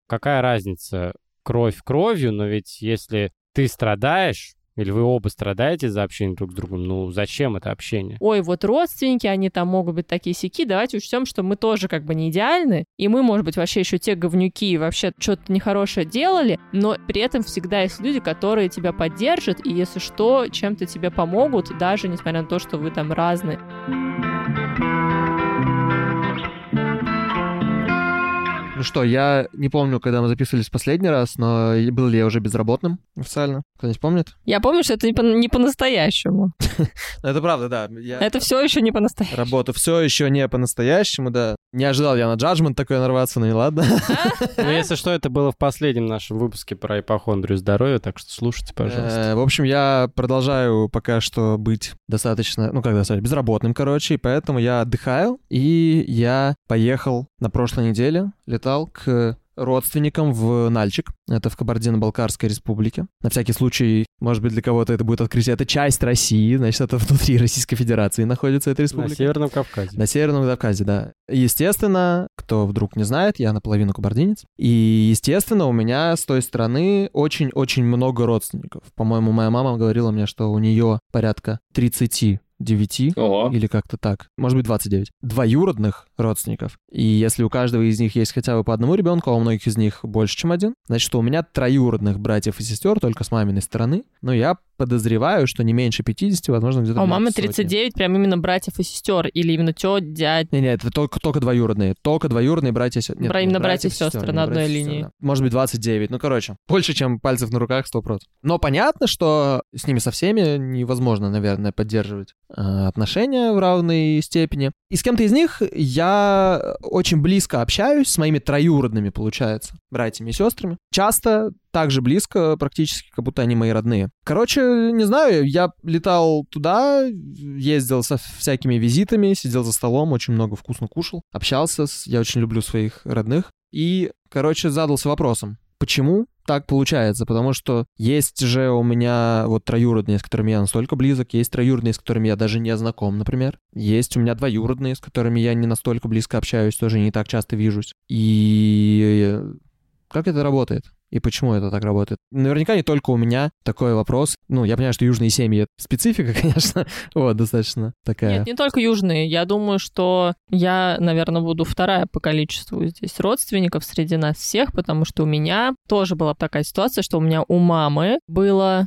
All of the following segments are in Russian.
какая разница, кровь кровью, но ведь если ты страдаешь, или вы оба страдаете из-за общения друг с другом, ну зачем это общение? Ой, вот родственники, они там могут быть такие-сяки, давайте учтем, что мы тоже как бы не идеальны, и мы, может быть, вообще еще те говнюки и вообще что-то нехорошее делали, но при этом всегда есть люди, которые тебя поддержат, и если что, чем-то тебе помогут, даже несмотря на то, что вы там разные. Ну что, я не помню, когда мы записывались в последний раз, но был ли я уже безработным официально? Кто-нибудь помнит? Я помню, что это не по-настоящему. Это правда, да. Это все еще не по-настоящему. Работа все еще не по-настоящему, да. Не ожидал я на джаджмент такой нарваться, ну и ладно. Ну, если что, это было в последнем нашем выпуске про ипохондрию здоровья, так что слушайте, пожалуйста. В общем, я продолжаю пока что быть достаточно, безработным, короче, и поэтому я отдыхаю, и я поехал на прошлой неделе, летал к родственникам в Нальчик. Это в Кабардино-Балкарской республике. На всякий случай, может быть, для кого-то это будет открытие. Это часть России, значит, это внутри Российской Федерации находится эта республика. На Северном Кавказе. На Северном Кавказе, да. Естественно, кто вдруг не знает, я наполовину кабардинец. И, естественно, у меня с той стороны очень-очень много родственников. По-моему, моя мама говорила мне, что у нее порядка 39 или как-то так, может быть 29, двоюродных родственников. И если у каждого из них есть хотя бы по одному ребенку, а у многих из них больше, чем один, значит, что у меня троюродных братьев и сестер только с маминой стороны. Но я подозреваю, что не меньше 50, возможно, где-то... А у мамы 39, прям именно братьев и сестер, или именно тёть, дядь? Нет, это только двоюродные. Только двоюродные братья и сестры. Именно братья и сестры на одной линии. Да. Может быть, 29. Ну, короче, больше, чем пальцев на руках, 100%. Но понятно, что с ними со всеми невозможно, наверное, поддерживать отношения в равной степени. И с кем-то из них я очень близко общаюсь, с моими троюродными, получается, братьями и сестрами. Часто так же близко, практически, как будто они мои родные. Короче, не знаю, я летал туда, ездил со всякими визитами, сидел за столом, очень много вкусно кушал, общался, я очень люблю своих родных. И, короче, задался вопросом, почему так получается? Потому что есть же у меня вот троюродные, с которыми я настолько близок, есть троюродные, с которыми я даже не знаком, например. Есть у меня двоюродные, с которыми я не настолько близко общаюсь, тоже не так часто вижусь. И как это работает? И почему это так работает? Наверняка не только у меня такой вопрос. Ну, я понимаю, что южные семьи — это специфика, конечно, вот, достаточно такая. Нет, не только южные. Я думаю, что я, наверное, буду вторая по количеству здесь родственников среди нас всех, потому что у меня тоже была такая ситуация, что у меня у мамы было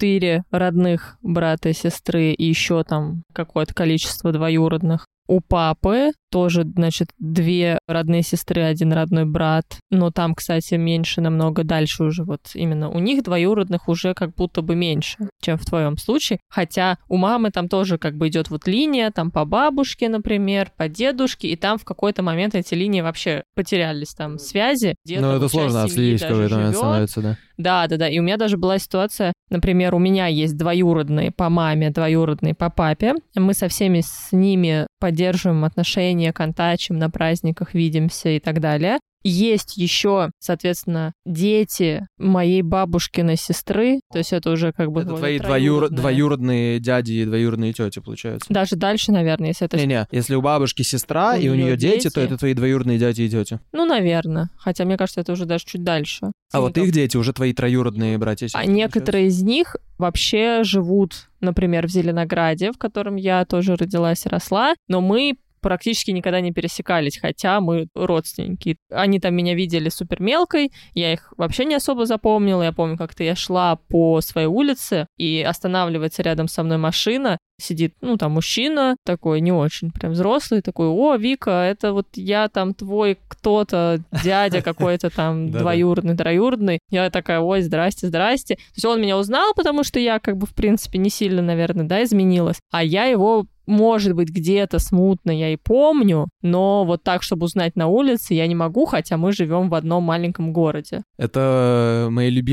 4 родных брата и сестры и еще там какое-то количество двоюродных. У папы тоже, значит, 2 родные сестры, 1 родной брат. Но там, кстати, меньше намного дальше уже. Вот именно у них двоюродных уже как будто бы меньше, чем в твоем случае. Хотя у мамы там тоже как бы идет вот линия, там по бабушке, например, по дедушке, и там в какой-то момент эти линии вообще потерялись, там связи. Ну, это сложно отследить, в какой-то момент становится, да. Да. И у меня даже была ситуация, например, у меня есть двоюродные по маме, двоюродные по папе. Мы со всеми с ними поддерживаем отношения, контачим на праздниках, видимся и так далее. Есть еще, соответственно, дети моей бабушкиной сестры, то есть это уже как бы... Это твои двоюродные дяди и двоюродные тети, получается? Даже дальше, наверное, если это... Не-не, если у бабушки сестра и у нее дети, то это твои двоюродные дяди и тети. Ну, наверное, хотя мне кажется, это уже даже чуть дальше. А вот их дети уже твои троюродные братья и сестры? А некоторые из них вообще живут, например, в Зеленограде, в котором я тоже родилась и росла, но мы практически никогда не пересекались, хотя мы родственники. Они там меня видели супер мелкой, я их вообще не особо запомнила. Я помню, как-то я шла по своей улице, и останавливается рядом со мной машина, сидит, там мужчина такой, не очень прям взрослый, такой: о, Вика, это вот я там твой кто-то, дядя какой-то там двоюродный, троюродный. Я такая: ой, здрасте. То есть он меня узнал, потому что я как бы, в принципе, не сильно, наверное, изменилась. А я его, может быть, где-то смутно я и помню, но вот так, чтобы узнать на улице, я не могу, хотя мы живем в одном маленьком городе. Это мои любимые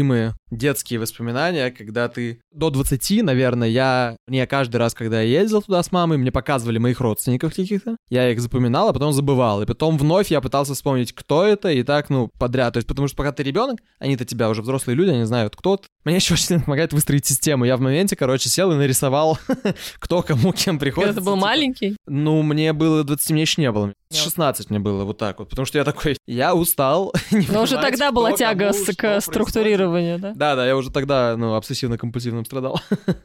детские воспоминания, когда ты до 20, наверное, мне каждый раз, когда я ездил туда с мамой, мне показывали моих родственников каких-то, я их запоминал, а потом забывал, и потом вновь я пытался вспомнить, кто это, и так, подряд, то есть потому что пока ты ребенок, они-то тебя уже взрослые люди, они знают, кто ты. Мне еще очень сильно помогает выстроить систему, я в моменте, сел и нарисовал, кто кому кем приходит. Когда ты был маленький? Мне было 20, мне еще не было. 16 мне было, вот так вот. Потому что я такой, я устал. Но уже тогда была тяга к структурированию, да? Да, я уже тогда, обсессивно-компульсивным страдал.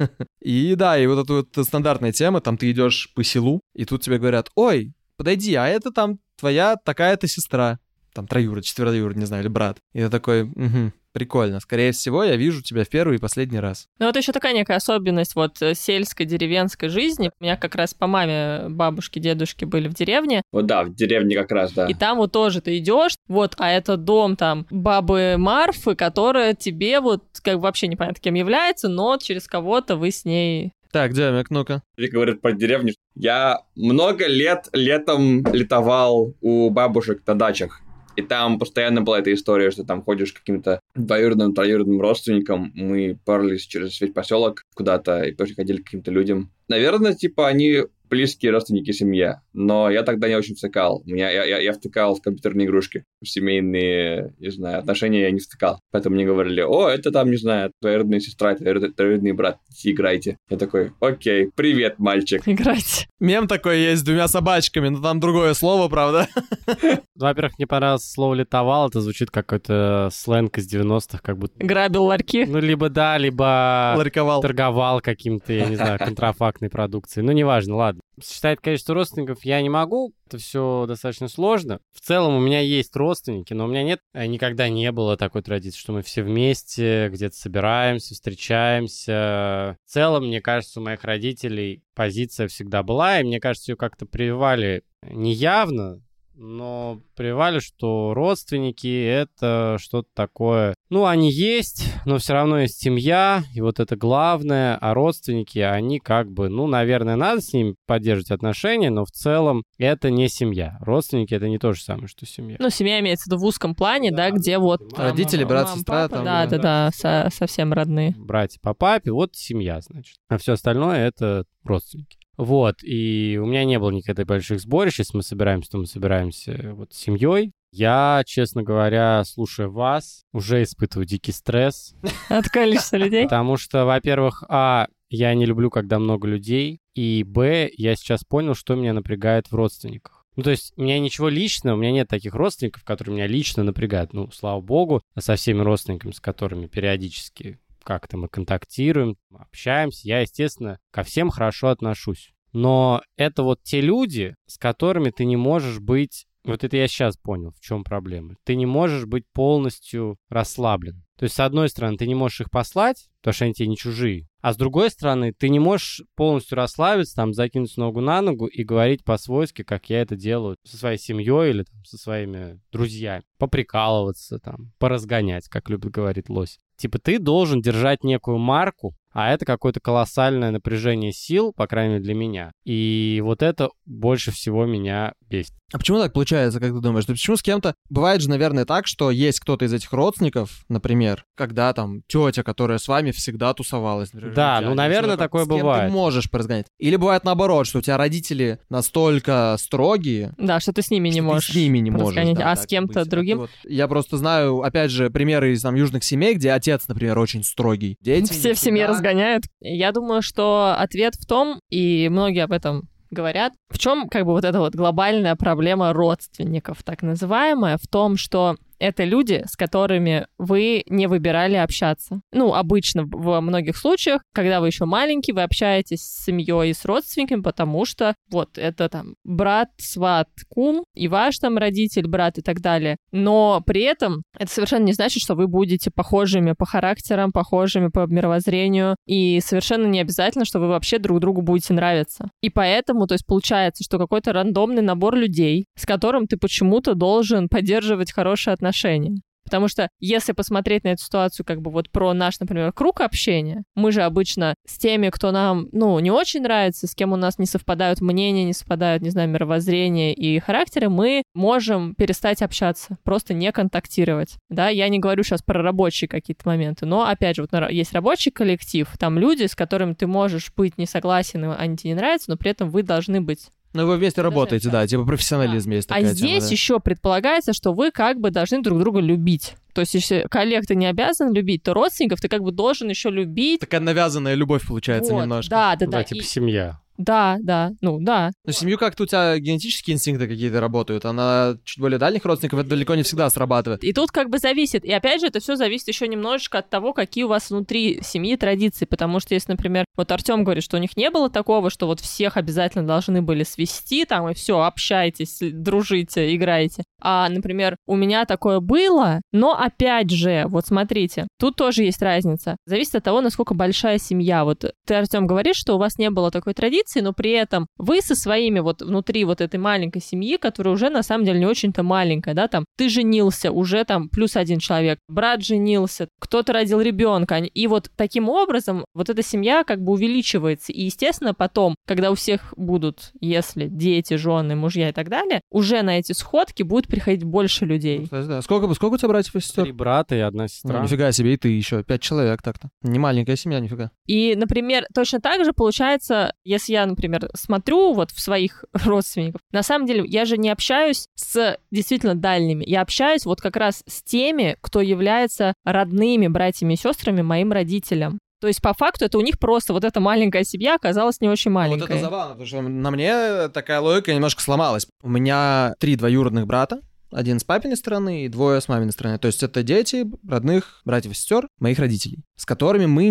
И вот эта вот стандартная тема, там ты идешь по селу, и тут тебе говорят, ой, подойди, а это там твоя такая-то сестра. Там троюродный, четвероюродный, не знаю, или брат. И я такой, прикольно. Скорее всего, я вижу тебя в первый и последний раз. Ну, это еще такая некая особенность сельской, деревенской жизни. У меня как раз по маме бабушки, дедушки были в деревне. Вот да, в деревне как раз, да. И там тоже ты идешь, а это дом там бабы Марфы, которая тебе вообще непонятно кем является, но через кого-то вы с ней... Так, Демик, ну-ка. Вика говорит про деревню. Я много лет летом летовал у бабушек на дачах. И там постоянно была эта история, что там ходишь к каким-то двоюродным, троюродным родственникам. Мы парлись через весь поселок куда-то и тоже ходили к каким-то людям. Наверное, они близкие родственники семье, но я тогда не очень втыкал. Я втыкал в компьютерные игрушки. В семейные, не знаю, отношения я не втыкал. Поэтому мне говорили, это там, не знаю, твоя родная сестра, твоюродный брат, играйте. Я такой, окей, привет, мальчик. Играйте. Мем такой есть с двумя собачками, но там другое слово, правда? Во-первых, мне понравилось слово «литовал», это звучит как какой-то сленг из 90-х, как будто... Грабил ларьки. Либо Ларьковал. Торговал каким-то, я не знаю, контрафактной продукцией. Неважно, ладно. Считать количество родственников я не могу, это все достаточно сложно. В целом у меня есть родственники, но у меня никогда не было такой традиции, что мы все вместе где-то собираемся, встречаемся. В целом, мне кажется, у моих родителей позиция всегда была, и мне кажется, ее как-то прививали неявно, но прививали, что родственники — это что-то такое. Они есть, но все равно есть семья, и это главное. А родственники, они наверное, надо с ними поддерживать отношения, но в целом это не семья. Родственники — это не то же самое, что семья. Семья имеется в виду в узком плане, да, где родители, брат, сестра. Да, совсем родные. Братья по папе, семья, значит. А все остальное — это родственники. И у меня не было никаких больших сборищ. Если мы собираемся, то мы собираемся с семьей. Я, честно говоря, слушая вас, уже испытываю дикий стресс. От количества людей? Потому что, во-первых, я не люблю, когда много людей, и, я сейчас понял, что меня напрягает в родственниках. То есть у меня ничего личного, у меня нет таких родственников, которые меня лично напрягают. Слава богу, со всеми родственниками, с которыми периодически как-то мы контактируем, общаемся, я, естественно, ко всем хорошо отношусь. Но это те люди, с которыми ты не можешь быть... Это я сейчас понял, в чем проблема. Ты не можешь быть полностью расслаблен. То есть, с одной стороны, ты не можешь их послать, потому что они тебе не чужие. А с другой стороны, ты не можешь полностью расслабиться, закинуть ногу на ногу и говорить по-свойски, как я это делаю со своей семьей или со своими друзьями. Поприкалываться, поразгонять, как любит говорить Лось. Ты должен держать некую марку, а это какое-то колоссальное напряжение сил, по крайней мере, для меня. И это больше всего меня бесит. А почему так получается, как ты думаешь? Почему с кем-то... Бывает же, наверное, так, что есть кто-то из этих родственников, например, когда тетя, которая с вами всегда тусовалась. Например, да, наверное, такое бывает. Ты можешь поразгонять. Или бывает наоборот, что у тебя родители настолько строгие... Да, что ты с ними не можешь. Ты с ними не можешь. Да, с кем-то другим. Я просто знаю, опять же, примеры из южных семей, где отец, например, очень строгий. Дети все в семье разгоняют. Я думаю, что ответ в том, и многие об этом говорят, в чем эта глобальная проблема родственников, так называемая, в том, что это люди, с которыми вы не выбирали общаться. Обычно во многих случаях, когда вы еще маленький, вы общаетесь с семьей и с родственниками, потому что это брат, сват, кум, и ваш родитель, брат и так далее. Но при этом это совершенно не значит, что вы будете похожими по характерам, похожими по мировоззрению, и совершенно не обязательно, что вы вообще друг другу будете нравиться. И поэтому, то есть получается, что какой-то рандомный набор людей, с которым ты почему-то должен поддерживать хорошие отношения. Потому что если посмотреть на эту ситуацию как бы вот про наш, например, круг общения, мы же обычно с теми, кто нам, не очень нравится, с кем у нас не совпадают мнения, не совпадают, не знаю, мировоззрение и характеры, мы можем перестать общаться, просто не контактировать, да, я не говорю сейчас про рабочие какие-то моменты, но, опять же, вот есть рабочий коллектив, там люди, с которыми ты можешь быть не согласен, они тебе не нравятся, но при этом вы должны быть. Ну, вы вместе работаете, да, типа профессионализм есть такая тема. Здесь еще предполагается, что вы как бы должны друг друга любить. То есть, если коллег ты не обязан любить, то родственников ты как бы должен еще любить. Такая навязанная любовь получается немножко. Да. Да, типа семья. Да. Но семью как-то у тебя генетические инстинкты какие-то работают, она чуть более дальних родственников, это далеко не всегда срабатывает. И тут как бы зависит. И опять же, это все зависит еще немножечко от того, какие у вас внутри семьи традиции. Потому что если, например, вот Артем говорит, что у них не было такого, что вот всех обязательно должны были свести там, и все, общайтесь, дружите, играйте. А, например, у меня такое было, но опять же, вот смотрите, тут тоже есть разница. Зависит от того, насколько большая семья. Вот ты, Артем, говоришь, что у вас не было такой традиции, но при этом вы со своими вот внутри вот этой маленькой семьи, которая уже на самом деле не очень-то маленькая, да, там, ты женился, уже там плюс один человек, брат женился, кто-то родил ребенка, и вот таким образом вот эта семья как бы увеличивается, и, естественно, потом, когда у всех будут, если дети, жены, мужья и так далее, уже на эти сходки будет приходить больше людей. Да. Сколько у тебя братьев и сестер? 3 брата и 1 сестра. Нифига себе, и ты еще 5 человек так-то. Не маленькая семья, нифига. И, например, точно так же получается, если я, например, смотрю вот в своих родственников, на самом деле я же не общаюсь с действительно дальними, я общаюсь вот как раз с теми, кто является родными братьями и сестрами моим родителям. То есть, по факту, это у них просто вот эта маленькая семья оказалась не очень маленькая. Вот это забавно, потому что на мне такая логика немножко сломалась. У меня 3 двоюродных брата, 1 с папиной стороны и 2 с маминой стороны. То есть это дети родных братьев и сестер моих родителей, с которыми мы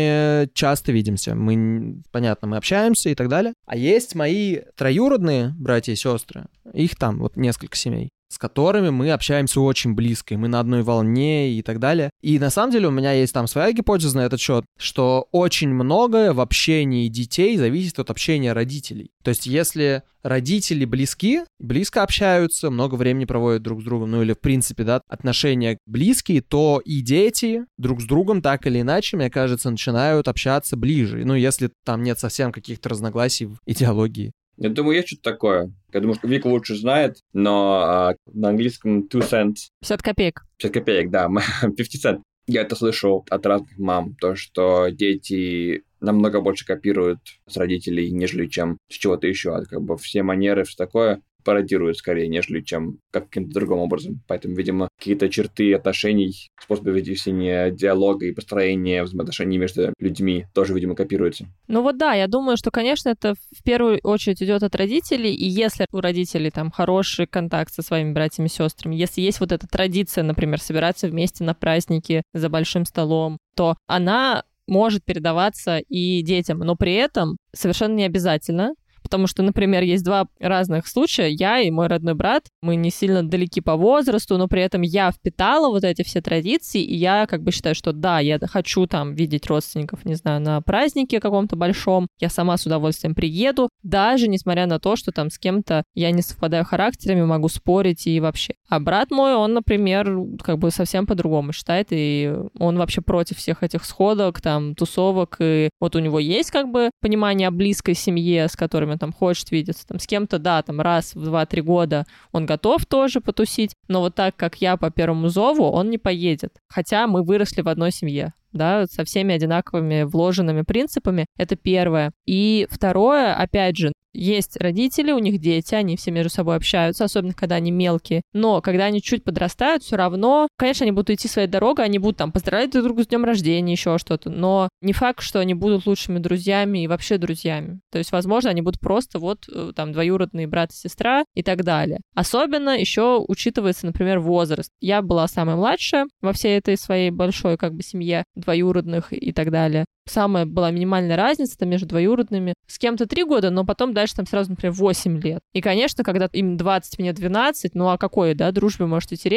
не часто видимся. Мы общаемся и так далее. А есть мои троюродные братья и сестры, их там вот несколько семей, с которыми мы общаемся очень близко, и мы на одной волне и так далее. И на самом деле у меня есть там своя гипотеза на этот счет, что очень многое в общении детей зависит от общения родителей. То есть если родители близко общаются, много времени проводят друг с другом, или в принципе, да, отношения близкие, то и дети друг с другом так или иначе, мне кажется, начинают общаться ближе. Если там нет совсем каких-то разногласий в идеологии. Я думаю, есть что-то такое. Я думаю, что Вика лучше знает, но на английском 2 cents. 50 копеек. 50 копеек, да, 50 cents. Я это слышал от разных мам, то, что дети намного больше копируют с родителей, нежели чем с чего-то еще. Как бы все манеры, все такое пародируют скорее, нежели чем каким-то другим образом. Поэтому, видимо, какие-то черты отношений, способы ведения диалога и построения взаимоотношений между людьми тоже, видимо, копируются. Я думаю, что, конечно, это в первую очередь идет от родителей, и если у родителей там хороший контакт со своими братьями и сестрами, если есть вот эта традиция, например, собираться вместе на праздники за большим столом, то она может передаваться и детям, но при этом совершенно не обязательно. Потому что, например, есть 2 разных случая. Я и мой родной брат, мы не сильно далеки по возрасту, но при этом я впитала вот эти все традиции, и я как бы считаю, что да, я хочу там видеть родственников, не знаю, на празднике каком-то большом, я сама с удовольствием приеду, даже несмотря на то, что там с кем-то я не совпадаю характерами, могу спорить и вообще. А брат мой, он, например, как бы совсем по-другому считает, и он вообще против всех этих сходок, там, тусовок, и вот у него есть как бы понимание о близкой семье, с которыми он там хочет видеться, там, с кем-то, да, там, раз в 2-3 года он готов тоже потусить, но вот так, как я по первому зову, он не поедет. Хотя мы выросли в одной семье, да, со всеми одинаковыми вложенными принципами, это первое. И второе, опять же, есть родители, у них дети, они все между собой общаются, особенно когда они мелкие. Но когда они чуть подрастают, все равно, конечно, они будут идти своей дорогой, они будут там поздравлять друг друга с днем рождения, еще что-то. Но не факт, что они будут лучшими друзьями и вообще друзьями. То есть, возможно, они будут просто вот там двоюродные брат и сестра и так далее. Особенно еще учитывается, например, возраст. Я была самая младшая во всей этой своей большой как бы семье двоюродных и так далее. Самая была минимальная разница между двоюродными. С кем-то 3 года, но потом дальше там сразу, например, 8 лет. И, конечно, когда им 20, мне 12, ну о какой, да, дружбе может идти речь?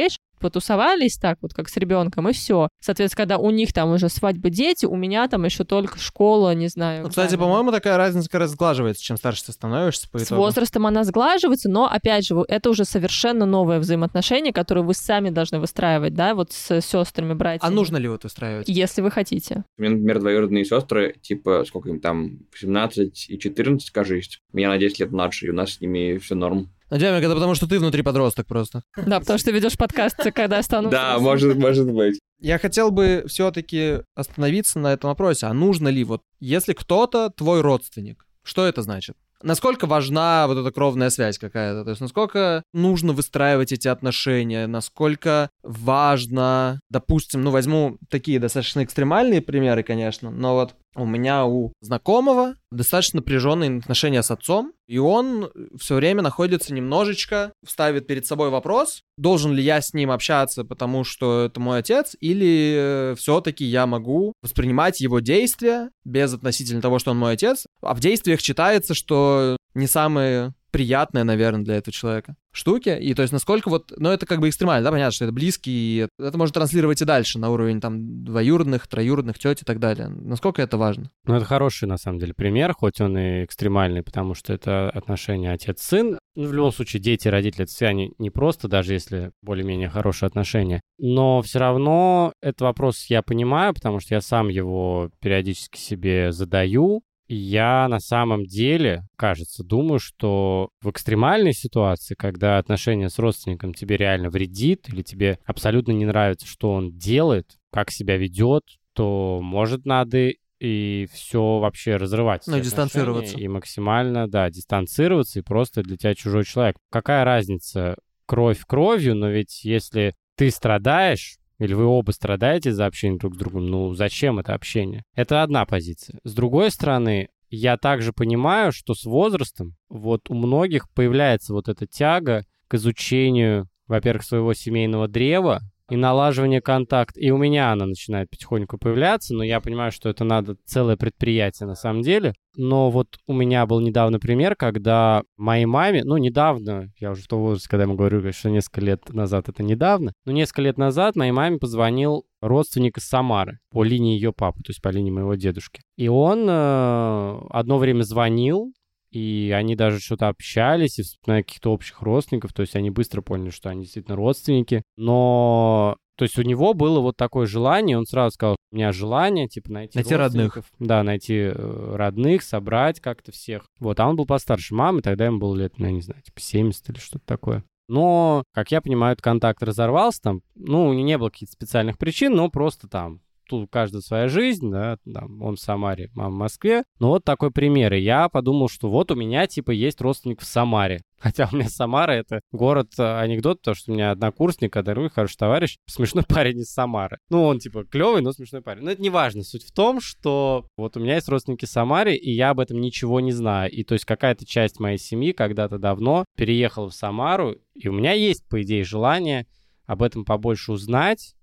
потусовались так вот, как с ребенком, и все. Соответственно, когда у них там уже свадьба, дети, у меня там еще только школа, не знаю. Ну, кстати, по-моему, такая разница как раз сглаживается, чем старше ты становишься по итогу. С возрастом она сглаживается, но, опять же, это уже совершенно новое взаимоотношение, которое вы сами должны выстраивать, да, вот с сестрами, братьями. А нужно ли вот выстраивать? Если вы хотите. У меня, например, двоюродные сестры, типа, сколько им там, 17 и 14, кажется. Меня на 10 лет младше, и у нас с ними все норм. Демик, это потому, что ты внутри подросток просто. Да, потому что ты ведешь подкаст, когда я стану... Да, может быть. Я хотел бы все-таки остановиться на этом вопросе. А нужно ли вот, если кто-то твой родственник, что это значит? Насколько важна вот эта кровная связь какая-то? То есть насколько нужно выстраивать эти отношения? Насколько важно, допустим, возьму такие достаточно экстремальные примеры, конечно, но вот у меня у знакомого достаточно напряженные отношения с отцом, и он все время находится немножечко, ставит перед собой вопрос, должен ли я с ним общаться, потому что это мой отец, или все-таки я могу воспринимать его действия без относительно того, что он мой отец. А в действиях читается, что не самые приятные, наверное, для этого человека штуки. И то есть насколько вот... это как бы экстремально, да, понятно, что это близкий, и это можно транслировать и дальше на уровень там двоюродных, троюродных, тёть и так далее. Насколько это важно? Это хороший, на самом деле, пример, хоть он и экстремальный, потому что это отношения отец-сын. В любом случае, дети и родители — это всегда не просто, даже если более-менее хорошие отношения. Но все равно этот вопрос я понимаю, потому что я сам его периодически себе задаю. Я на самом деле, кажется, думаю, что в экстремальной ситуации, когда отношения с родственником тебе реально вредит, или тебе абсолютно не нравится, что он делает, как себя ведет, то, может, надо и все вообще разрывать. И дистанцироваться. И максимально, дистанцироваться, и просто для тебя чужой человек. Какая разница, кровь кровью, но ведь если ты страдаешь, или вы оба страдаете за общение друг с другом, зачем это общение? Это одна позиция. С другой стороны, я также понимаю, что с возрастом вот у многих появляется вот эта тяга к изучению, во-первых, своего семейного древа и налаживание контакта. И у меня она начинает потихоньку появляться, но я понимаю, что это надо целое предприятие на самом деле. Но вот у меня был недавно пример, когда моей маме, недавно, я уже в том возрасте, когда я ему говорю, что несколько лет назад это недавно, но несколько лет назад моей маме позвонил родственник из Самары по линии ее папы, то есть по линии моего дедушки. И он одно время звонил, и они даже что-то общались и вспоминали каких-то общих родственников, то есть они быстро поняли, что они действительно родственники. Но, то есть у него было вот такое желание, он сразу сказал, у меня желание, найти родных. Да, найти родных, собрать как-то всех. Вот, а он был постарше мамы, тогда ему было лет, 70 или что-то такое. Но, как я понимаю, этот контакт разорвался там, не было каких-то специальных причин, но просто там тут у каждого своя жизнь, да, он в Самаре, мама в Москве. Вот такой пример. И я подумал, что вот у меня, есть родственник в Самаре. Хотя у меня Самара — это город-анекдот, потому что у меня однокурсник, хороший товарищ, смешной парень из Самары. Он, клевый, но смешной парень. Но это не важно. Суть в том, что вот у меня есть родственники в Самаре, и я об этом ничего не знаю. И то есть какая-то часть моей семьи когда-то давно переехала в Самару, и у меня есть, по идее, желание об этом побольше узнать,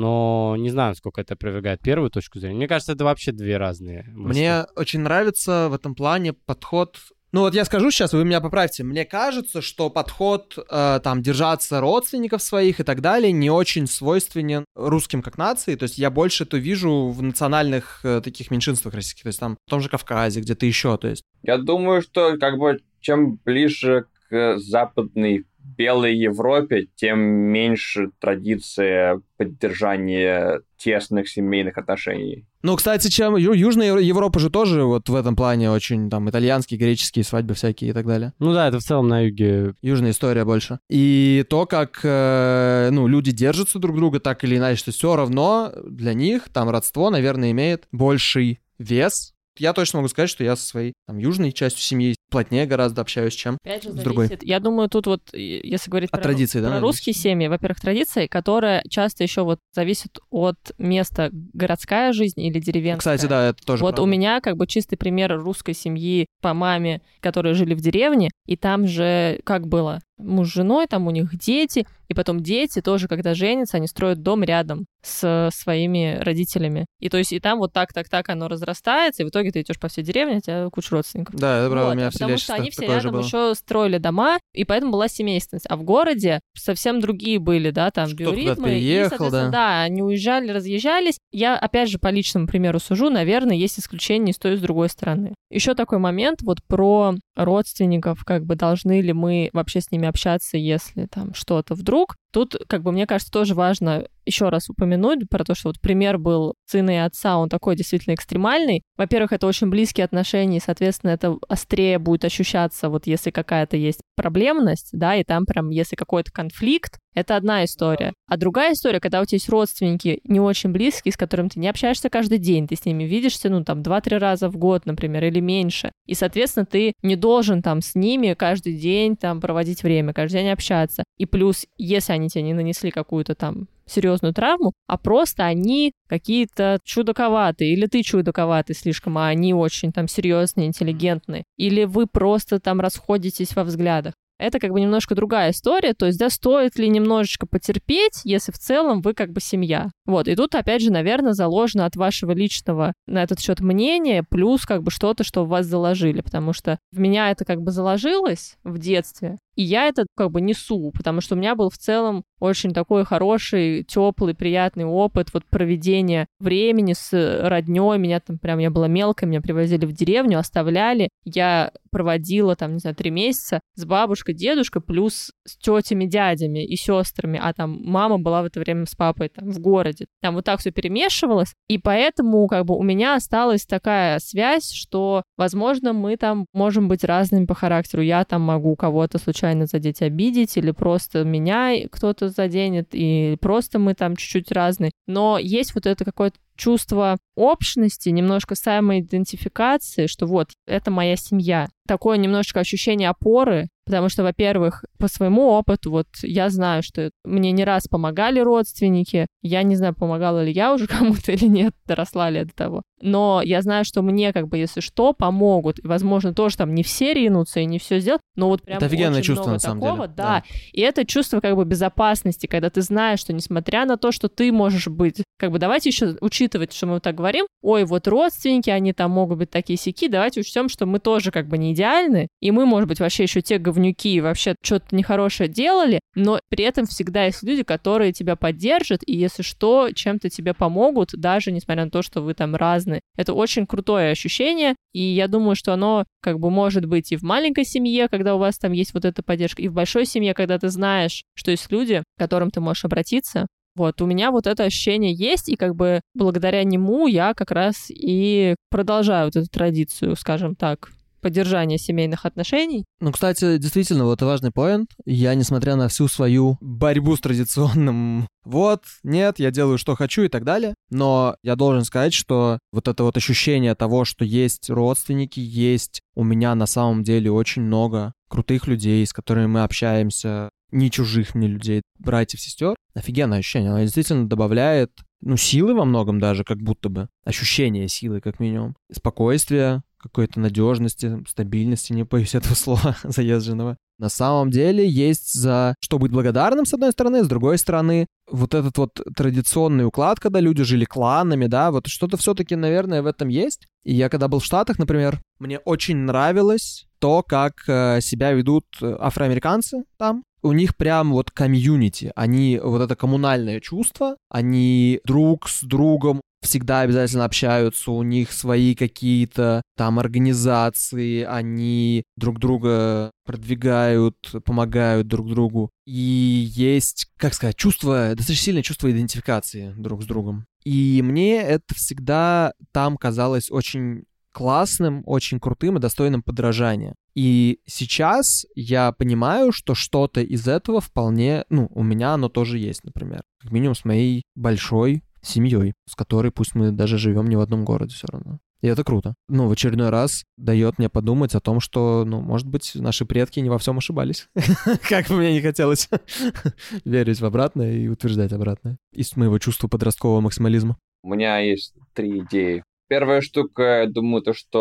но не знаю, насколько это опровергает первую точку зрения. Мне кажется, это вообще две разные мысли. Мне очень нравится в этом плане подход... я скажу сейчас, вы меня поправьте. Мне кажется, что подход держаться родственников своих и так далее не очень свойственен русским как нации. То есть я больше это вижу в национальных таких меньшинствах российских. То есть там в том же Кавказе, где-то еще. То есть. Я думаю, что чем ближе к западной белой Европе, тем меньше традиция поддержания тесных семейных отношений. Кстати, чем Южная Европа же тоже вот в этом плане очень итальянские, греческие свадьбы всякие и так далее. Это в целом на юге. Южная история больше. И то, как люди держатся друг друга так или иначе, что все равно для них там родство, наверное, имеет больший вес. Я точно могу сказать, что я со своей южной частью семьи плотнее гораздо общаюсь, чем опять же, с другой. Я думаю, тут если говорить про традиции, про русские семьи, во-первых, традиции, которые часто еще зависят от места, городская жизнь или деревенская. Кстати, да, это тоже правда. У меня чистый пример русской семьи по маме, которые жили в деревне, и там же как было? муж с женой, там у них дети, и потом дети тоже, когда женятся, они строят дом рядом с своими родителями. И то есть и там вот так оно разрастается, и в итоге ты идешь по всей деревне, у тебя куча родственников. Да, это правда, Вот, у меня в селе потому что они все рядом было. еще строили дома, и поэтому была семейственность. А в городе совсем другие были, да, там Кто-то куда-то биоритмы. переехал, и, соответственно, да. они уезжали, разъезжались. Я, опять же, по личному примеру сужу, наверное, есть исключения и с той, и с другой стороны. Еще такой момент вот про родственников, как бы должны ли мы вообще с ними общаться, если там что-то вдруг. Тут, как бы, мне кажется, тоже важно еще раз упомянуть про то, что вот пример был сына и отца, он такой действительно экстремальный. Во-первых, это очень близкие отношения, и, соответственно, это острее будет ощущаться, вот если какая-то есть проблемность, да, и там прям, если какой-то конфликт, это одна история. А другая история, когда у тебя есть родственники не очень близкие, с которыми ты не общаешься каждый день, ты с ними видишься, ну, там, 2-3 раза в год, например, или меньше. И, соответственно, ты не должен там с ними каждый день там проводить время, каждый день общаться. И плюс, если они тебе не нанесли какую-то там серьезную травму, а просто они какие-то чудаковатые, или ты чудаковатый слишком, а они очень там серьезные, интеллигентные, или вы просто там расходитесь во взглядах. Это как бы немножко другая история, то есть, да, стоит ли немножечко потерпеть, если в целом вы как бы семья. Вот, и тут, опять же, наверное, заложено от вашего личного на этот счет мнения, плюс как бы что-то, что в вас заложили, потому что в меня это как бы заложилось в детстве, и я это как бы несу, потому что у меня был в целом очень такой хороший, теплый, приятный опыт вот проведения времени с роднёй. Меня там прям, я была мелкой, меня привозили в деревню, оставляли. Я проводила там, не знаю, 3 месяца с бабушкой, дедушкой, плюс с тетями, дядями и сестрами, а там мама была в это время с папой там в городе. Там вот так все перемешивалось, и поэтому как бы у меня осталась такая связь, что, возможно, мы там можем быть разными по характеру. Я там могу кого-то случайно задеть, обидеть, или просто меня кто-то заденет, и просто мы там чуть-чуть разные. Но есть вот это какое-то чувство общности, немножко самоидентификации, что вот, это моя семья. Такое немножечко ощущение опоры, потому что, во-первых, по своему опыту, вот я знаю, что мне не раз помогали родственники, я не знаю, помогала ли я уже кому-то или нет, доросла ли я до того, но я знаю, что мне, как бы, если что, помогут, и, возможно, тоже там не все ринутся и не все сделать, но вот прям это офигенное очень чувство, много на самом такого, деле. да, и это чувство, как бы, безопасности, когда ты знаешь, что несмотря на то, что ты можешь быть, как бы, давайте еще учитывать, что мы вот так говорим, ой, вот родственники, они там могут быть такие-сяки, давайте учтем, что мы тоже, как бы, не идеальны, и мы, может быть, вообще еще те говнюки, и вообще что-то нехорошее делали, но при этом всегда есть люди, которые тебя поддержат, и если что, чем-то тебе помогут, даже несмотря на то, что вы там разные. Это очень крутое ощущение, и я думаю, что оно как бы может быть и в маленькой семье, когда у вас там есть вот эта поддержка, и в большой семье, когда ты знаешь, что есть люди, к которым ты можешь обратиться. Вот, у меня вот это ощущение есть, и как бы благодаря нему я как раз и продолжаю вот эту традицию, скажем так, поддержания семейных отношений. Ну, кстати, действительно, вот важный поинт. Я, несмотря на всю свою борьбу с традиционным вот, нет, я делаю, что хочу и так далее, но я должен сказать, что вот это вот ощущение того, что есть родственники, есть у меня на самом деле очень много крутых людей, с которыми мы общаемся, не чужих мне людей, братьев, сестер. Офигенное ощущение. Оно действительно добавляет, ну, силы во многом даже, как будто бы. Ощущение силы, как минимум. Спокойствия, какой-то надежности, стабильности, не боюсь этого слова заезженного. На самом деле есть за что быть благодарным, с одной стороны, с другой стороны, вот этот вот традиционный уклад, когда люди жили кланами, да, вот что-то все-таки, наверное, в этом есть. И я когда был в Штатах, например, мне очень нравилось то, как себя ведут афроамериканцы там. У них прям вот комьюнити, они вот это коммунальное чувство, они друг с другом всегда обязательно общаются, у них свои какие-то там организации, они друг друга продвигают, помогают друг другу. И есть, как сказать, чувство, достаточно сильное чувство идентификации друг с другом. И мне это всегда там казалось очень классным, очень крутым и достойным подражания. И сейчас я понимаю, что что-то из этого вполне, ну, у меня оно тоже есть, например. Как минимум с моей большой семьей, с которой пусть мы даже живем не в одном городе все равно. И это круто. Ну, в очередной раз дает мне подумать о том, что, ну, может быть, наши предки не во всем ошибались. Как бы мне не хотелось верить в обратное и утверждать обратное. Из моего чувства подросткового максимализма. У меня есть 3 идеи. Первая штука, я думаю, то, что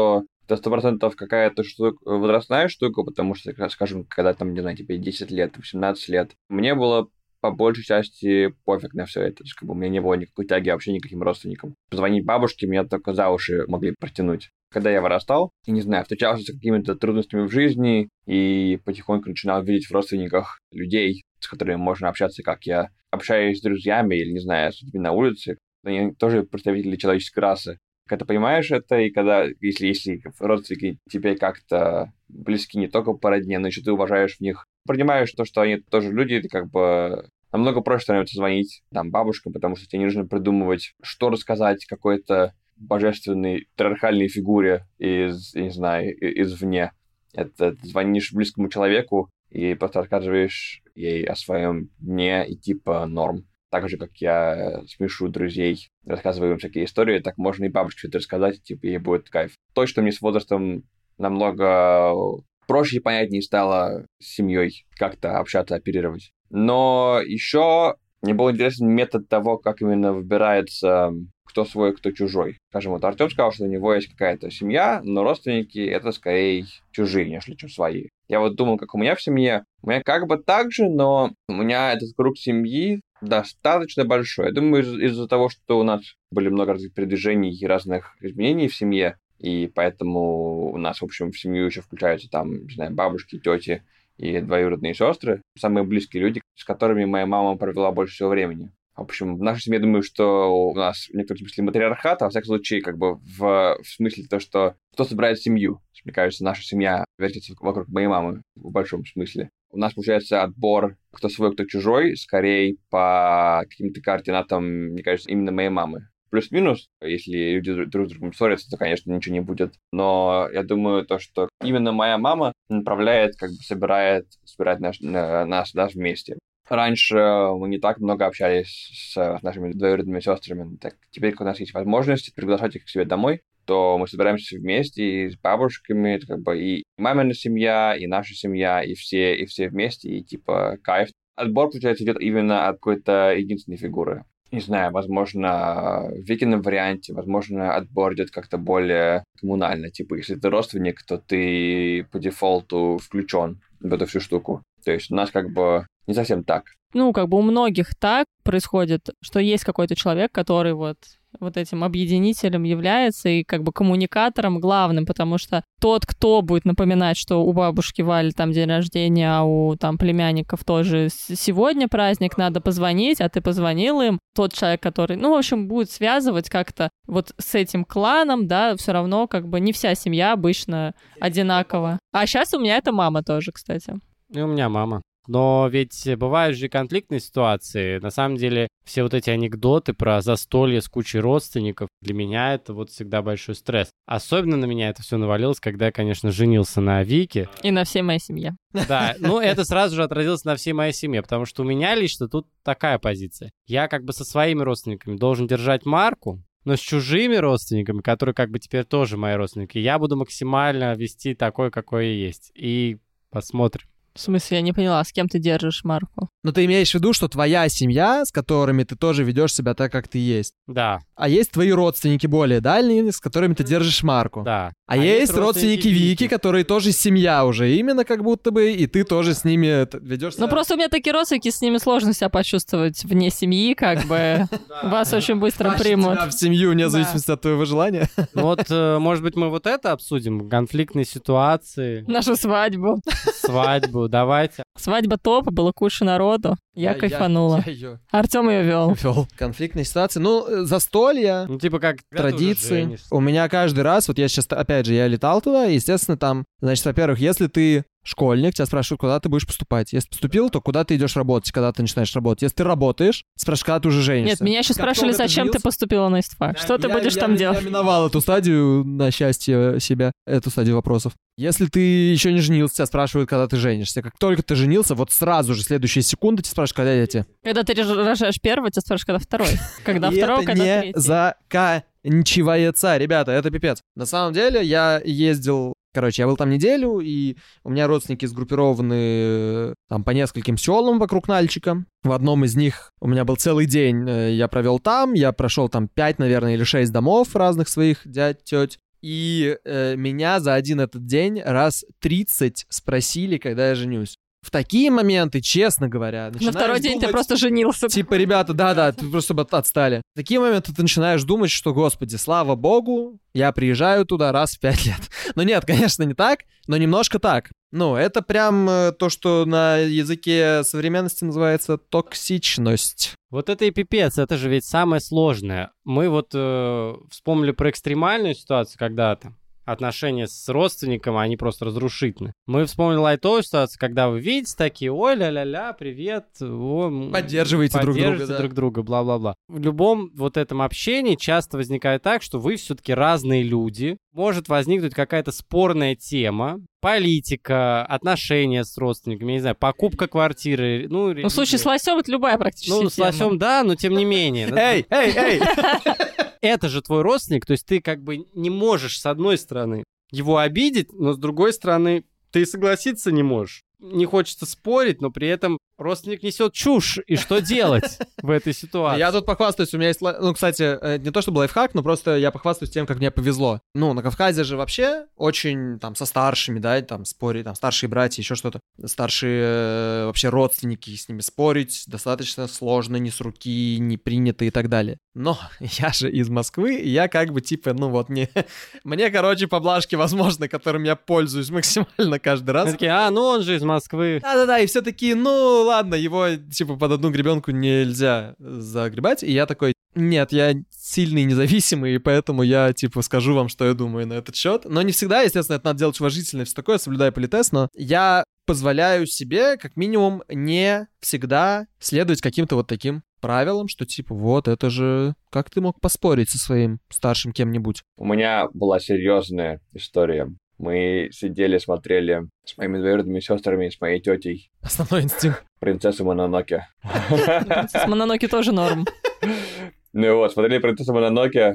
это 100% какая-то возрастная штука, потому что, скажем, когда там, не знаю, тебе 10 лет, 18 лет, мне было по большей части пофиг на все это. То есть, как бы у меня не было никакой тяги вообще никаким родственникам. Позвонить бабушке меня только за уши могли протянуть. Когда я вырастал, и, не знаю, встречался с какими-то трудностями в жизни и потихоньку начинал видеть в родственниках людей, с которыми можно общаться, как я общаюсь с друзьями или, не знаю, с людьми на улице. Они тоже представители человеческой расы. Когда понимаешь это, и когда, если родственники тебе как-то близки не только по родне, но еще ты уважаешь в них, принимаешь то, что они тоже люди, ты как бы намного проще становится звонить там бабушкам, потому что тебе не нужно придумывать, что рассказать какой-то божественной триархальной фигуре из, не знаю, извне. Это ты звонишь близкому человеку и просто рассказываешь ей о своем дне и типа норм. Так же, как я смешу друзей, рассказываю им всякие истории, так можно и бабушке что-то рассказать, типа, ей будет кайф. То, что мне с возрастом намного проще и понятнее стало с семьей как-то общаться, оперировать. Но еще мне был интересен метод того, как именно выбирается кто свой, кто чужой. Скажем, вот Артем сказал, что у него есть какая-то семья, но родственники — это скорее чужие, нежели чем свои. Я вот думал, как у меня в семье. У меня как бы так же, но у меня этот круг семьи достаточно большой. Я думаю, из-за того, что у нас были много разных передвижений и разных изменений в семье, и поэтому у нас, в общем, в семью еще включаются там, не знаю, бабушки, тети и двоюродные сестры, самые близкие люди, с которыми моя мама провела больше всего времени. В общем, в нашей семье, думаю, что у нас в некотором смысле матриархат, а во всяком случае, как бы в смысле то, что кто собирает семью. Мне кажется, наша семья вертится вокруг моей мамы в большом смысле. У нас получается отбор кто свой, кто чужой, скорее по каким-то координатам, мне кажется, именно моей мамы. Плюс-минус, если люди друг с другом ссорятся, то, конечно, ничего не будет. Но я думаю, то, что именно моя мама направляет, как бы собирает нас вместе. Раньше мы не так много общались с нашими двоюродными сестрами. Так, теперь, когда у нас есть возможность приглашать их к себе домой, то мы собираемся вместе и с бабушками, это как бы и мамина семья, и наша семья, и все вместе, и типа кайф. Отбор, получается, идет именно от какой-то единственной фигуры. Не знаю, возможно, в Викином варианте, возможно, отбор идет как-то более коммунально. Типа, если ты родственник, то ты по дефолту включен в эту всю штуку. То есть у нас как бы не совсем так. Ну, как бы у многих так происходит, что есть какой-то человек, который вот этим объединителем является и как бы коммуникатором главным, потому что тот, кто будет напоминать, что у бабушки Вали там день рождения, а у там племянников тоже сегодня праздник, надо позвонить, а ты позвонил им, тот человек, который, ну, в общем, будет связывать как-то вот с этим кланом, да, все равно как бы не вся семья обычно одинакова. А сейчас у меня это мама тоже, кстати. И у меня мама. Но ведь бывают же конфликтные ситуации. На самом деле, все вот эти анекдоты про застолье с кучей родственников, для меня это вот всегда большой стресс. Особенно на меня это все навалилось, когда я, конечно, женился на Вике. И на всей моей семье. Да, ну это сразу же отразилось на всей моей семье, потому что у меня лично тут такая позиция. Я как бы со своими родственниками должен держать марку, но с чужими родственниками, которые как бы теперь тоже мои родственники, я буду максимально вести такой, какой и есть. И посмотрим. В смысле, я не поняла, с кем ты держишь марку? Но ты имеешь в виду, что твоя семья, с которыми ты тоже ведешь себя так, как ты есть. Да. А есть твои родственники более дальние, с которыми ты держишь марку. Да. А есть родственники Вики, которые тоже семья уже, именно как будто бы, и ты тоже с ними ведешь себя. Ну просто у меня такие родственники, с ними сложно себя почувствовать вне семьи, как бы. Вас очень быстро примут. В семью, вне зависимости от твоего желания. Вот, может быть, мы вот это обсудим? Конфликтные ситуации. Нашу свадьбу. Свадьбу, давайте. Свадьба топ, было куча народу. Я кайфанула. Артём ее вел. Конфликтные ситуации. Ну, застолья, Ну, типа как традиции. У меня каждый раз, вот я сейчас, опять же, я летал туда, и, естественно, там, значит, во-первых, если ты школьник, тебя спрашивают, куда ты будешь поступать. Если поступил, то куда ты идешь работать, когда ты начинаешь работать. Если ты работаешь, спрашивают, когда ты уже женишься. Нет, меня еще спрашивали, зачем ты поступила на ИСТФАК. Что ты будешь там делать? Я миновал эту стадию, на счастье себя, эту стадию вопросов. Если ты еще не женился, тебя спрашивают, когда ты женишься. Как только ты женился, вот сразу же, следующие секунды, тебя спрашивают, когда дети. Когда ты рожаешь первого, тебя спрашивают, когда второй. Когда второго, когда третий. Это не заканчивается, ребята, это пипец. На самом деле, я ездил... Короче, я был там неделю, и у меня родственники сгруппированы там по нескольким селам вокруг Нальчика. В одном из них у меня был целый день, я провел там, я прошел там 5, наверное, или 6 домов разных своих дядь, теть. И меня за один этот день раз 30 спросили, когда я женюсь. В такие моменты, честно говоря, На второй день ты просто женился. Типа, ребята, да, вы просто отстали. В такие моменты ты начинаешь думать, что, господи, слава богу, я приезжаю туда раз в 5 лет. Ну нет, конечно, не так, но немножко так. Ну, это прям то, что на языке современности называется токсичность. Вот это и пипец, это же ведь самое сложное. Мы вот вспомнили про экстремальную ситуацию когда-то. Отношения с родственником, они просто разрушительны. Мы вспомнили лайтовую ситуацию, когда вы видите такие, ой, ля-ля-ля, привет. Поддерживаете друг друга, бла-бла-бла. В любом вот этом общении часто возникает так, что вы все-таки разные люди. Может возникнуть какая-то спорная тема, политика, отношения с родственниками, я не знаю, покупка квартиры. Ну, в случае с лосем это любая практически тема. Ну, с лосем, да, но тем не менее. Эй! Это же твой родственник, то есть ты как бы не можешь, с одной стороны, его обидеть, но с другой стороны, ты согласиться не можешь. Не хочется спорить, но при этом родственник несет чушь. И что делать в этой ситуации? Я тут похвастаюсь, у меня есть... Ну, кстати, не то чтобы лайфхак, но просто я похвастаюсь тем, как мне повезло. Ну, на Кавказе же вообще очень там со старшими, да, там спорить, там старшие братья, еще что-то. Старшие вообще родственники, с ними спорить достаточно сложно, не с руки, не принято и так далее. Но я же из Москвы, и я как бы типа, ну вот, не... Мне, короче, поблажки, возможно, которым я пользуюсь максимально каждый раз. Мы такие, ну он же из Москвы. Да-да-да, и все такие, ну ладно, его типа под одну гребенку нельзя загребать. И я такой, нет, я сильный и независимый, и поэтому я типа скажу вам, что я думаю на этот счет. Но не всегда, естественно, это надо делать уважительно и все такое, соблюдая политес, но я позволяю себе, как минимум, не всегда следовать каким-то вот таким правилам, что типа вот это же... Как ты мог поспорить со своим старшим кем-нибудь? У меня была серьезная история. Мы сидели, смотрели с моими двоюродными сестрами, с моей тетей. Основной инстинкт. Принцессу Мононоке. С Мононоке тоже норм. Ну вот, смотрели «Принцессу Мононоке»,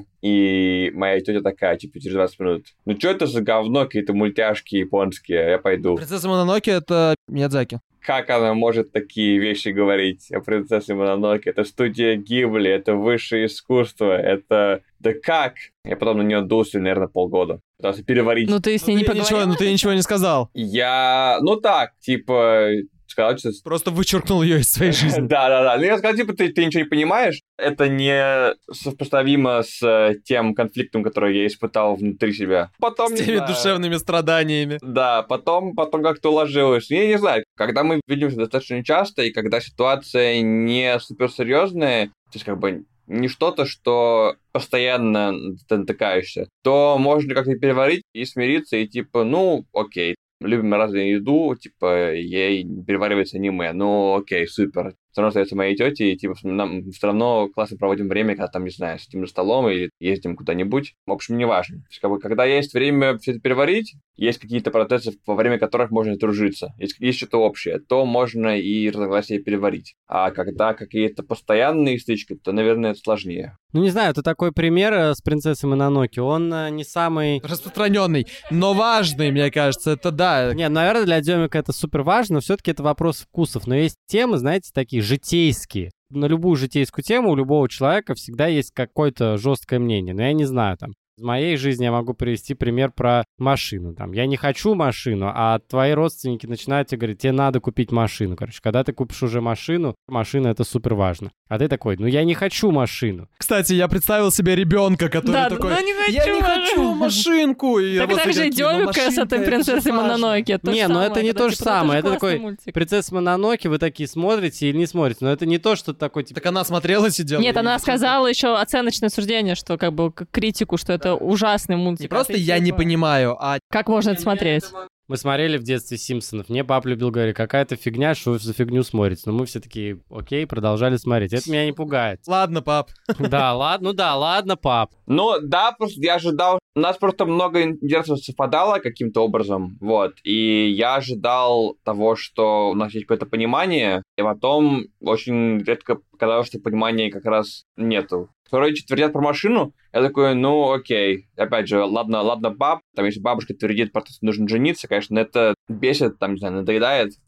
и моя тетя такая, типа, через 20 минут. Ну что это за говно, какие-то мультяшки японские, я пойду. «Принцесса Мононоке» — это Миядзаки. Как она может такие вещи говорить о «Принцессе Мононоке»? Это студия Гибли, это высшее искусство, это... Да как? Я потом на нее дулся, наверное, полгода. Пытался переварить. Ну ты с ней не поговорил? Ты ничего не сказал. Я... Ну так, типа... Сказал, что... Просто вычеркнул ее из своей жизни. Да. Ну, я сказал, типа, ты ничего не понимаешь. Это не сопоставимо с тем конфликтом, который я испытал внутри себя. Потом, с теми душевными страданиями. Да, потом как-то уложилось. Я не знаю, когда мы видимся достаточно часто, и когда ситуация не суперсерьезная, то есть как бы не что-то, что постоянно ты натыкаешься, то можно как-то переварить и смириться, и типа, ну, окей. Любим разную еду, типа, ей переваривается не мы. Ну, окей, супер. Все равно остается моей тетей, и, типа, нам все равно классно проводим время, когда там, не знаю, сидим за столом или ездим куда-нибудь. В общем, неважно. То есть, как бы, когда есть время все это переварить, есть какие-то процессы, во время которых можно дружиться. Если есть что-то общее, то можно и разногласия переварить. А когда какие-то постоянные стычки, то, наверное, это сложнее. Ну, не знаю, это такой пример с «Принцессой Мононоке». Он не самый... распространенный, но важный, мне кажется, это да. Не, наверное, для Демика это супер важно, но все-таки это вопрос вкусов. Но есть темы, знаете, такие житейские. На любую житейскую тему у любого человека всегда есть какое-то жесткое мнение. Но я не знаю, там, из моей жизни я могу привести пример про машину. Там, я не хочу машину, а твои родственники начинают тебе говорить, тебе надо купить машину. Короче, когда ты купишь уже машину, машина — это супер важно. А ты такой, ну я не хочу машину. Кстати, я представил себе ребенка, который такой, я не хочу машинку. Так же и Демика с этой «Принцессой Мононоке». Не, ну это не то же самое. Это такой, «Принцесса Мононоке», вы такие смотрите или не смотрите, но это не то, что такой... Так она смотрела, сидела. Нет, она сказала еще оценочное суждение, что как бы критику, что это ужасный мультик. Не просто я не понимаю, а... Как можно это смотреть? Мы смотрели в детстве «Симпсонов». Мне папа любил говорить, какая-то фигня, что вы за фигню смотрите. Но мы все такие, окей, продолжали смотреть. Это меня не пугает. Ладно, пап. Да, ладно, пап. Ну, да, просто я ожидал... У нас просто много интересов совпадало каким-то образом, вот. И я ожидал того, что у нас есть какое-то понимание, и потом очень редко показалось, что понимания как раз нету. Второй твердят про машину, я такой, ну окей. Опять же, ладно, баб, там если бабушка твердит про то, что нужно жениться, конечно, это бесит, там, не знаю, надоедает.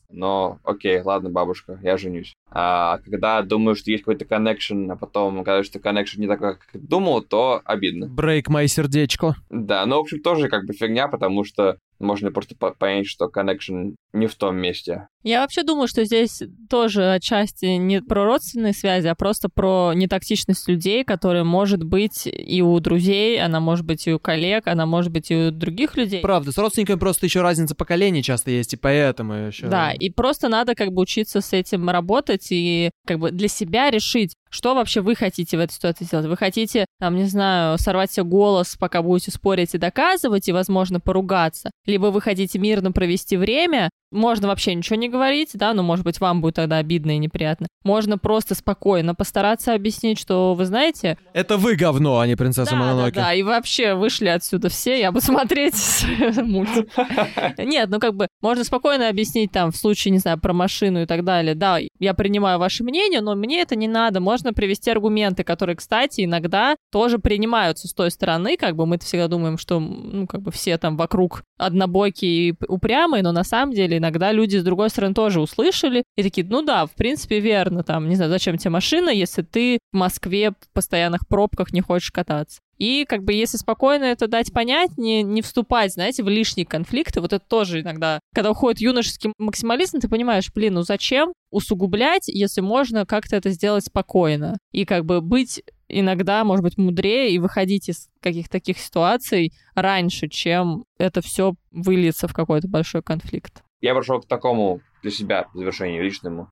но окей, ладно, бабушка, я женюсь. А когда думаю, что есть какой-то connection, а потом оказывается, что connection не такой, как думал, то обидно. Break my сердечко. Да, но, в общем, тоже как бы фигня, потому что можно просто понять, что connection не в том месте. Я вообще думаю, что здесь тоже отчасти не про родственные связи, а просто про нетоксичность людей, которая может быть и у друзей, она может быть и у коллег, она может быть и у других людей. Правда, с родственниками просто еще разница поколений часто есть, и поэтому еще... Да, и просто надо как бы учиться с этим работать и как бы для себя решить, что вообще вы хотите в этой ситуации сделать. Вы хотите, там, не знаю, сорвать себе голос, пока будете спорить и доказывать, и, возможно, поругаться. Либо вы хотите мирно провести время, можно вообще ничего не говорить, да, но, может быть, вам будет тогда обидно и неприятно. Можно просто спокойно постараться объяснить, что, вы знаете... Это вы говно, а не принцесса Мононоке. Да, и вообще вышли отсюда все, я буду смотреть мультик. Нет, ну как бы можно спокойно объяснить там в случае, не знаю, про машину и так далее. Да, я принимаю ваше мнение, но мне это не надо. Можно привести аргументы, которые, кстати, иногда тоже принимаются с той стороны, как бы мы-то всегда думаем, что, ну, как бы все там вокруг однобокие и упрямые, но на самом деле иногда люди с другой стороны тоже услышали и такие, ну да, в принципе, верно, там, не знаю, зачем тебе машина, если ты в Москве в постоянных пробках не хочешь кататься. И как бы если спокойно это дать понять, не вступать, знаете, в лишние конфликты, вот это тоже иногда, когда уходит юношеский максимализм, ты понимаешь, блин, ну зачем усугублять, если можно как-то это сделать спокойно. И как бы быть иногда, может быть, мудрее и выходить из каких-то таких ситуаций раньше, чем это все выльется в какой-то большой конфликт. Я пришел к такому для себя завершению личному,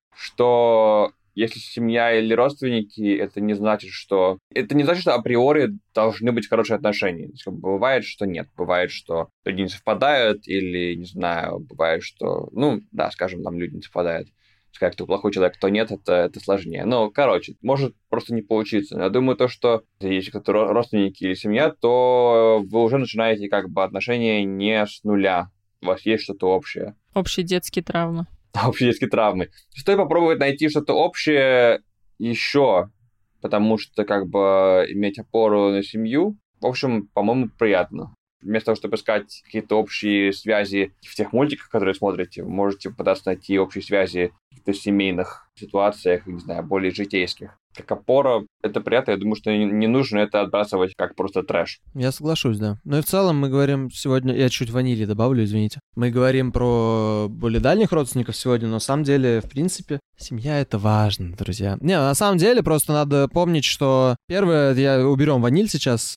что если семья или родственники, это не значит, что априори должны быть хорошие отношения. Бывает, что нет. Бывает, что люди не совпадают, или, не знаю, бывает, что, ну, да, скажем, там люди не совпадают. Сказать, кто плохой человек, кто нет, это сложнее. Но, короче, может просто не получиться. Я думаю, то, что если кто-то родственники или семья, то вы уже начинаете как бы отношения не с нуля. У вас есть что-то общее. Общие детские травмы. Общие детские травмы. Стоит попробовать найти что-то общее еще, потому что как бы иметь опору на семью, в общем, по-моему, приятно. Вместо того, чтобы искать какие-то общие связи в тех мультиках, которые смотрите, вы можете пытаться найти общие связи в каких-то семейных ситуациях, не знаю, более житейских. Как опора, это приятно. Я думаю, что не нужно это отбрасывать как просто трэш. Я соглашусь, да. Ну и в целом мы говорим сегодня... Я чуть ванили добавлю, извините. Мы говорим про более дальних родственников сегодня, но на самом деле, в принципе, семья — это важно, друзья. Не, на самом деле просто надо помнить, что первое, уберем ваниль сейчас.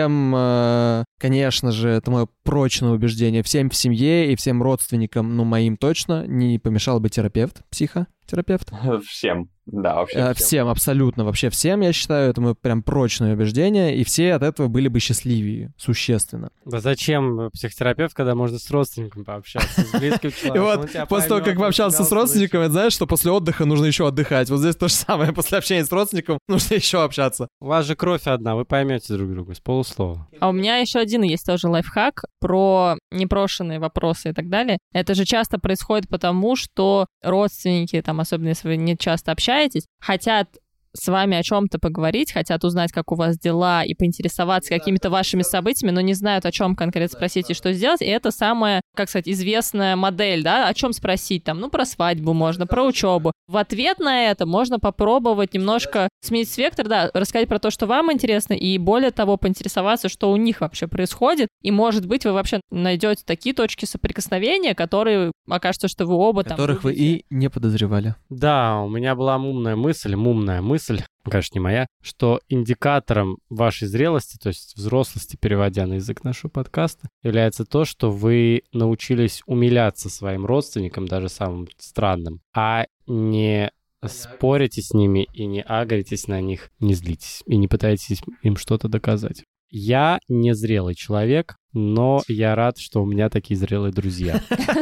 Всем, конечно же, это мое прочное убеждение, всем в семье и всем родственникам, ну, моим точно, не помешал бы терапевт, психотерапевт. Всем. Да, вообще всем, абсолютно, вообще всем, я считаю, это мое прям прочное убеждение, и все от этого были бы счастливее, существенно. Да зачем психотерапевт, когда можно с родственником пообщаться, с близким человеком? И вот после того, как пообщался с родственником, знаешь, что после отдыха нужно еще отдыхать. Вот здесь то же самое, после общения с родственником нужно еще общаться. У вас же кровь одна, вы поймете друг друга с полуслова. А у меня еще один есть тоже лайфхак про непрошенные вопросы и так далее. Это же часто происходит потому, что родственники, там, особенно если вы не часто общаетесь, хотят с вами о чем-то поговорить, хотят узнать, как у вас дела, и поинтересоваться какими-то вашими событиями, но не знают, о чем конкретно спросить и что сделать. И это самая, как сказать, известная модель, да, о чем спросить, там, ну, про свадьбу можно, про учебу. В ответ на это можно попробовать немножко сменить вектор, да, рассказать про то, что вам интересно, и более того, поинтересоваться, что у них вообще происходит, и, может быть, вы вообще найдете такие точки соприкосновения, которые окажется, что вы оба там... Которых вы и не подозревали. Да, у меня была мумная мысль, конечно, не моя, что индикатором вашей зрелости, то есть взрослости, переводя на язык нашего подкаста, является то, что вы научились умиляться своим родственникам, даже самым странным, а не спорите с ними и не агритесь на них, не злитесь и не пытаетесь им что-то доказать. Я не зрелый человек, но я рад, что у меня такие зрелые друзья.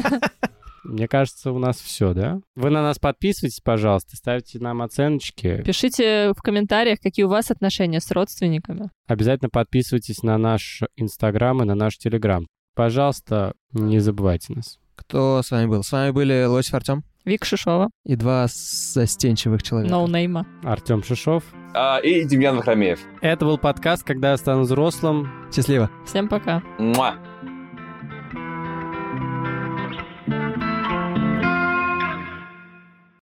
Мне кажется, у нас все, да? Вы на нас подписывайтесь, пожалуйста, ставьте нам оценочки. Пишите в комментариях, какие у вас отношения с родственниками. Обязательно подписывайтесь на наш Инстаграм и на наш Телеграм. Пожалуйста, не забывайте нас. Кто с вами был? С вами были Лосев Артем. Вика Шишова. И два застенчивых человека. Ноунейма. Артем Шишов. И Демьян Вахромеев. Это был подкаст «Когда я стану взрослым». Счастливо. Всем пока. Муа.